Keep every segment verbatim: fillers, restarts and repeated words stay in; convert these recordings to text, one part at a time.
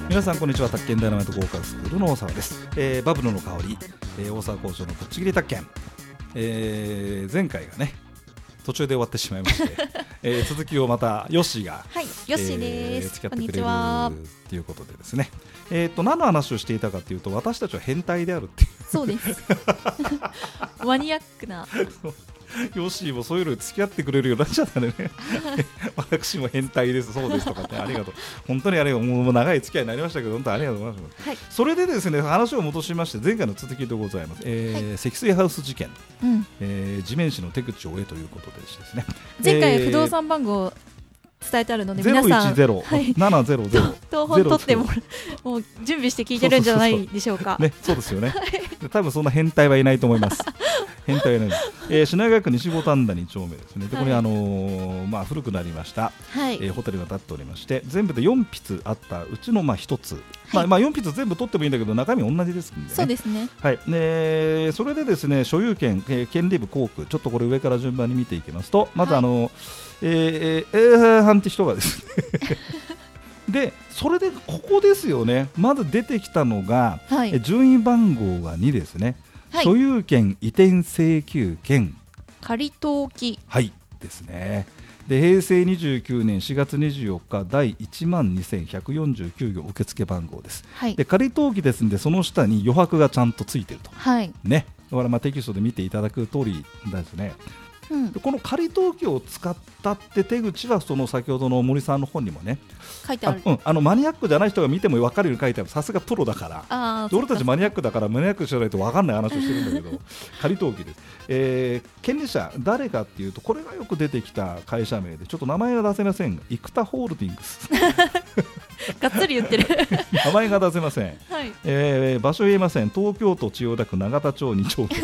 皆さんこんにちは。宅建ダイナマイト合格スクールの大沢です。えー、バブルの香り、えー、大沢校長のぶっちぎり宅建、えー、前回がね途中で終わってしまいまして、えー、続きをまたヨッシーが、 はい、ヨッシーです、 えー、付き合ってくれるこんにちはということでですね、えー、と何の話をしていたかというと、私たちは変態であるっていう。 そうですマニアックなヨッシーもそういうのに付き合ってくれるようになっちゃったね私も変態です、そうですとかって、ありがとう、本当にあれもう長い付き合いになりましたけど、本当にありがとうございます、はい、それでですね、話を戻しまして前回の続きでございます、えーはい、積水ハウス事件、うんえー、地面師の手口を追えということでですね、 前回不動産番号伝えてあるので、皆さんゼロいちゼロ、ななゼロゼロ東本取ってももう準備して聞いてるんじゃないでしょうか。 ね、そうですよね多分そんな変態はいないと思います変態はいない、えー、品川区西五反田に丁目ですね。でこれ、はい、あのーまあ、古くなりました、はいえー、ホテルが建っておりまして、全部でよん筆あったうちのまあひとつ、はいまあまあ、よん筆全部取ってもいいんだけど中身同じですんでね。 そうですね、はいね、それでですね、所有権、えー、権利部校区、ちょっとこれ上から順番に見ていきますと、まずあのーはいえー、えー、ハンって人がですねでそれでここですよね、まず出てきたのが、はい、順位番号がにですね、はい、所有権移転請求権仮登記、 はいですね。で平成にじゅうきゅうねんしがつにじゅうよっかだいいちまんにせんひゃくよんじゅうきゅう号受付番号です、はい、で仮登記ですので、その下に余白がちゃんとついていると、はいね、だからまあテキストで見ていただく通りですね。うん、この仮登記を使ったって手口は、その先ほどの森さんの本にもね書いてある。 あ、うん、あのマニアックじゃない人が見ても分かるように書いてある。さすがプロだから。あ俺たちマニアックだからマニアックじゃないと分かんない話をしてるんだけど仮登記です、えー、権利者誰かっていうと、これがよく出てきた会社名で、ちょっと名前が出せませんが、生田ホールディングスがっつり言ってる名前が出せません、はいえー、場所言えません。東京都千代田区永田町に丁目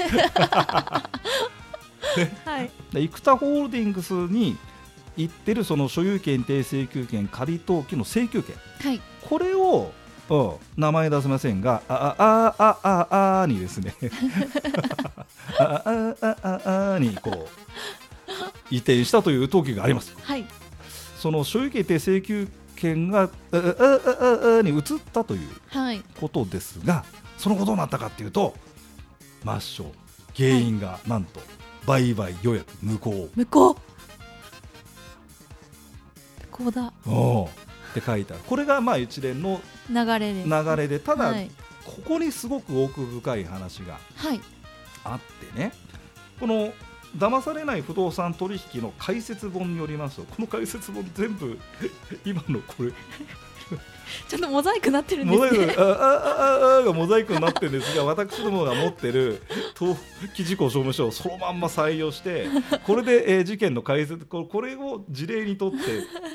はい、生田ホールディングスに行ってるその所有権定請求権仮登記の請求権、はい、これを、うん、名前出せませんが、ああああああにですねあああああにこう移転したという登記があります、はい、その所有権定請求権がああああに移ったということですが、はい、その後どうなったかというと、抹消、原因がなんと、はい売買予約無効無効無効だおって書いてある。これがまあ一連の流れで流れで、ただ、はい、ここにすごく奥深い話があってね、はい、この騙されない不動産取引の解説本によりますと、この解説本全部今のこれちょっとモザイクなってるんですね。 モザイク、ああああがモザイクになってるんですが、私どもが持ってる登記事項証明書をそのまんま採用して、これで、えー、事件の解説、これを事例にとって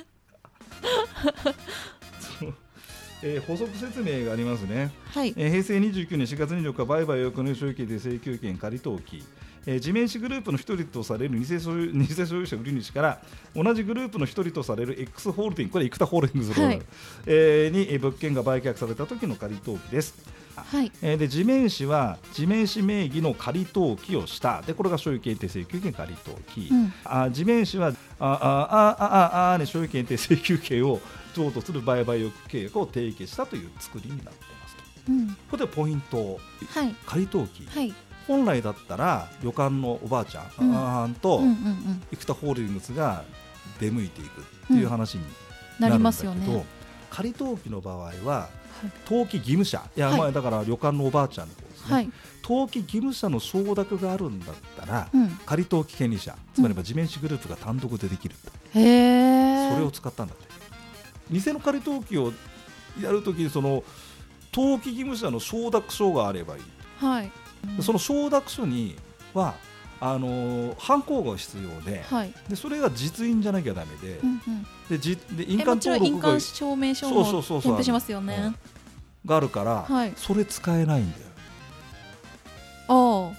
えー、補足説明がありますね、はいえー、平成にじゅうきゅうねんしがつにじゅうよっか売買予約の所有権で請求権仮登記、えー、地面師グループの一人とされる偽所有、偽所有者売り主から同じグループの一人とされる X ホールディング、これ生田ホールディングス、はいえー、に物件が売却された時の仮登記です、はいえー、で地面師は地面師名義の仮登記をした。でこれが所有権定請求権仮登記、うん、あ地面師はああああああに所有権定請求権を譲渡する売買契約を締結したという作りになっていますと、うん、ここでポイント、はい、仮登記、はい、本来だったら旅館のおばあちゃん、うん、あーと、うんうんうん、生田ホールディングスが出向いていくっていう話になるんだけど、うんね、仮登記の場合は、はい、登記義務者、いや、はいまあ、だから旅館のおばあちゃんの方ですね、はい、登記義務者の承諾があるんだったら、うん、仮登記権利者、つまり地面師グループが単独でできる、うん、へーそれを使ったんだって。偽の仮登記をやるときに、その登記義務者の承諾書があればいい、はいうん、その承諾書にはあのー、犯行が必要 で,、はい、でそれが実印じゃなきゃダメ で,、うんうん、で, じで印鑑登録が印鑑証明書も添付しますよね、うん、 があるから、はい、それ使えないんだよ。 あ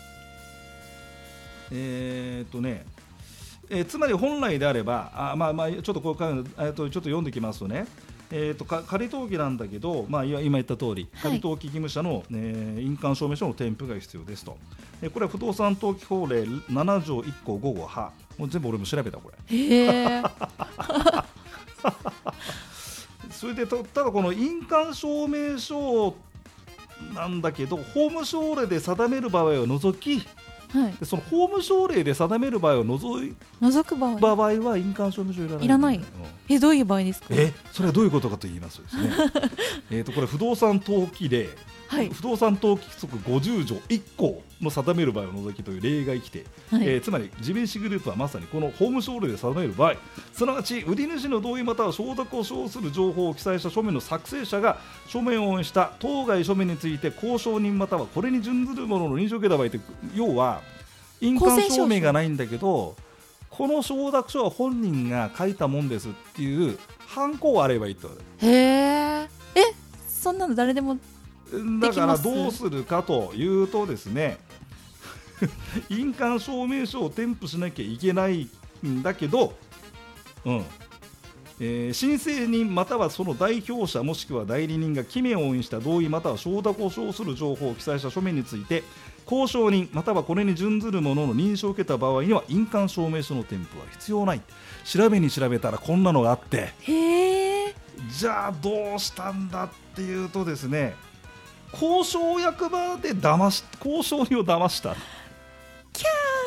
えーっとねえー、つまり本来であれば、あ、まあまあ、ちょっとこう、えー、とちょっと読んできますとね、えー、と仮登記なんだけど、まあ、今言った通り、はい、仮登記義務者の、えー、印鑑証明書の添付が必要ですと、えー、これは不動産登記法令なな条いっ項ご号は、もう全部俺も調べたこれ。へーそれでただこの印鑑証明書なんだけど法務省令で定める場合を除き、はい、でその法務省令で定める場合を除い除く場合、 場合は印鑑証明書いらない。 いらない、うん、えどういう場合ですか。 えそれはどういうことかと言いますとですねえとこれ不動産登記令、はい、不動産登記規則ごじゅう条いっ項の定める場合を除きという例外規定、はいえー、つまり地面師グループはまさにこの法務省令で定める場合、すなわち売り主の同意または承諾を称する情報を記載した書面の作成者が書面を押印した当該書面について公証人またはこれに準ずるものの認証を受けた場合って、要は印鑑証明がないんだけどこの承諾書は本人が書いたもんですっていうハンコあればいいと。 へー、えそんなの誰でもだからどうするかというとですね印鑑証明書を添付しなきゃいけないんだけど、うんえー、申請人またはその代表者もしくは代理人が記名を押印した同意または承諾を称する情報を記載した書面について公証人またはこれに準ずるものの認証を受けた場合には印鑑証明書の添付は必要ない。調べに調べたらこんなのがあって、 へー、 じゃあどうしたんだっていうとですね、交渉役場で騙し交渉人を騙したキ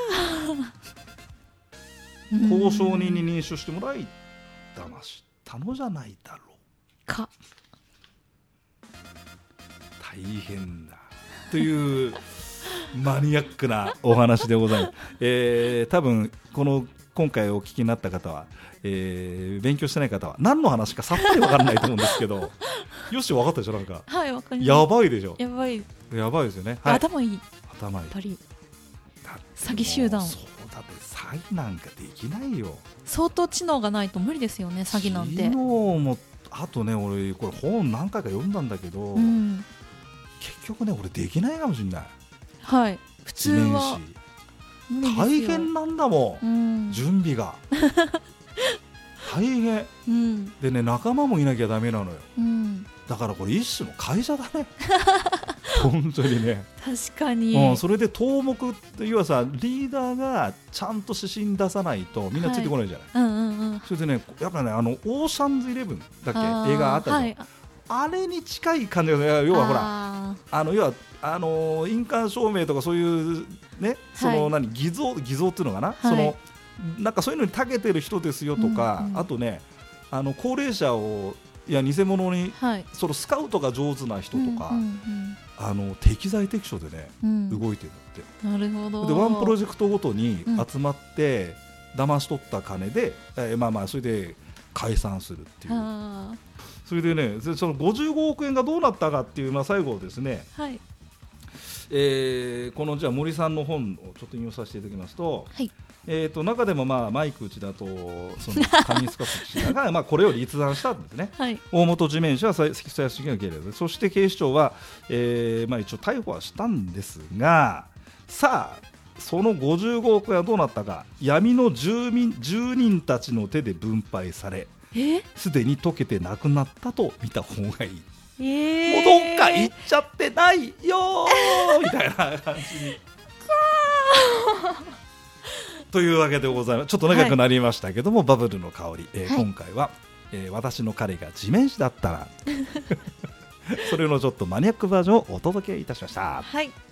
ャー交渉人に認証してもらい騙したのじゃないだろうか。 大変だというマニアックなお話でございます、えー、多分この今回お聞きになった方は、えー、勉強してない方は何の話かさっぱり分からないと思うんですけどよし分かったでしょ。なんか、 はい、分かります。 やばいでしょ。 やばいやばいですよね、 はい、頭いい頭いい。 やっぱり詐欺集団。 そうだって詐欺なんかできないよ。 相当知能がないと無理ですよね、詐欺なんて。 知能もあとね、俺これ本何回か読んだんだけど、うん、結局ね俺できないかもしれない。 はい、普通は大変なんだもん、うん、準備が大変、うん、でね仲間もいなきゃダメなのよ、うん、だからこれ一種の会社だね本当にね。 確かに、 うん、それで頭目って要はさリーダーがちゃんと指針出さないとみんなついてこないじゃない、はいうんうんうん、それでねやっぱねあのオーシャンズイレブンだっけ映画あったじゃん、はい、あれに近い感じが要はほらあの要はあの印鑑証明とかそういうねその何、はい、偽造偽造っていうのかな、はい、そのなんかそういうのに長けてる人ですよとか、うんうん、あとねあの高齢者をいや偽物に、はい、そのスカウトが上手な人とか、うんうんうん、あの適材適所でね、うん、動いてるんだって。 なるほど。 でワンプロジェクトごとに集まって、うん、騙し取った金で、えー、まあまあそれで解散するっていう。それでねそのごじゅうごおくえんがどうなったかっていう、まあ、最後ですね、はいえー、このじゃあ森さんの本をちょっと引用させていただきますと、はいえー、と中でもまあマイク内田とその上塚氏がまあこれを立案したんですね、はい、大本地面師は最終的には受け入れる。そして警視庁は、えーまあ、一応逮捕はしたんですが、さあそのごじゅうごおくえんはどうなったか。闇の住民住人たちの手で分配されすでに溶けてなくなったと見た方がいい。えー、もうどっか行っちゃってないよみたいな感じにというわけでございます。ちょっと長くなりましたけども、はい、バブルの香り、えーはい、今回は、えー、私の彼が地面師だったらそれのちょっとマニアックバージョンをお届けいたしました。 はい。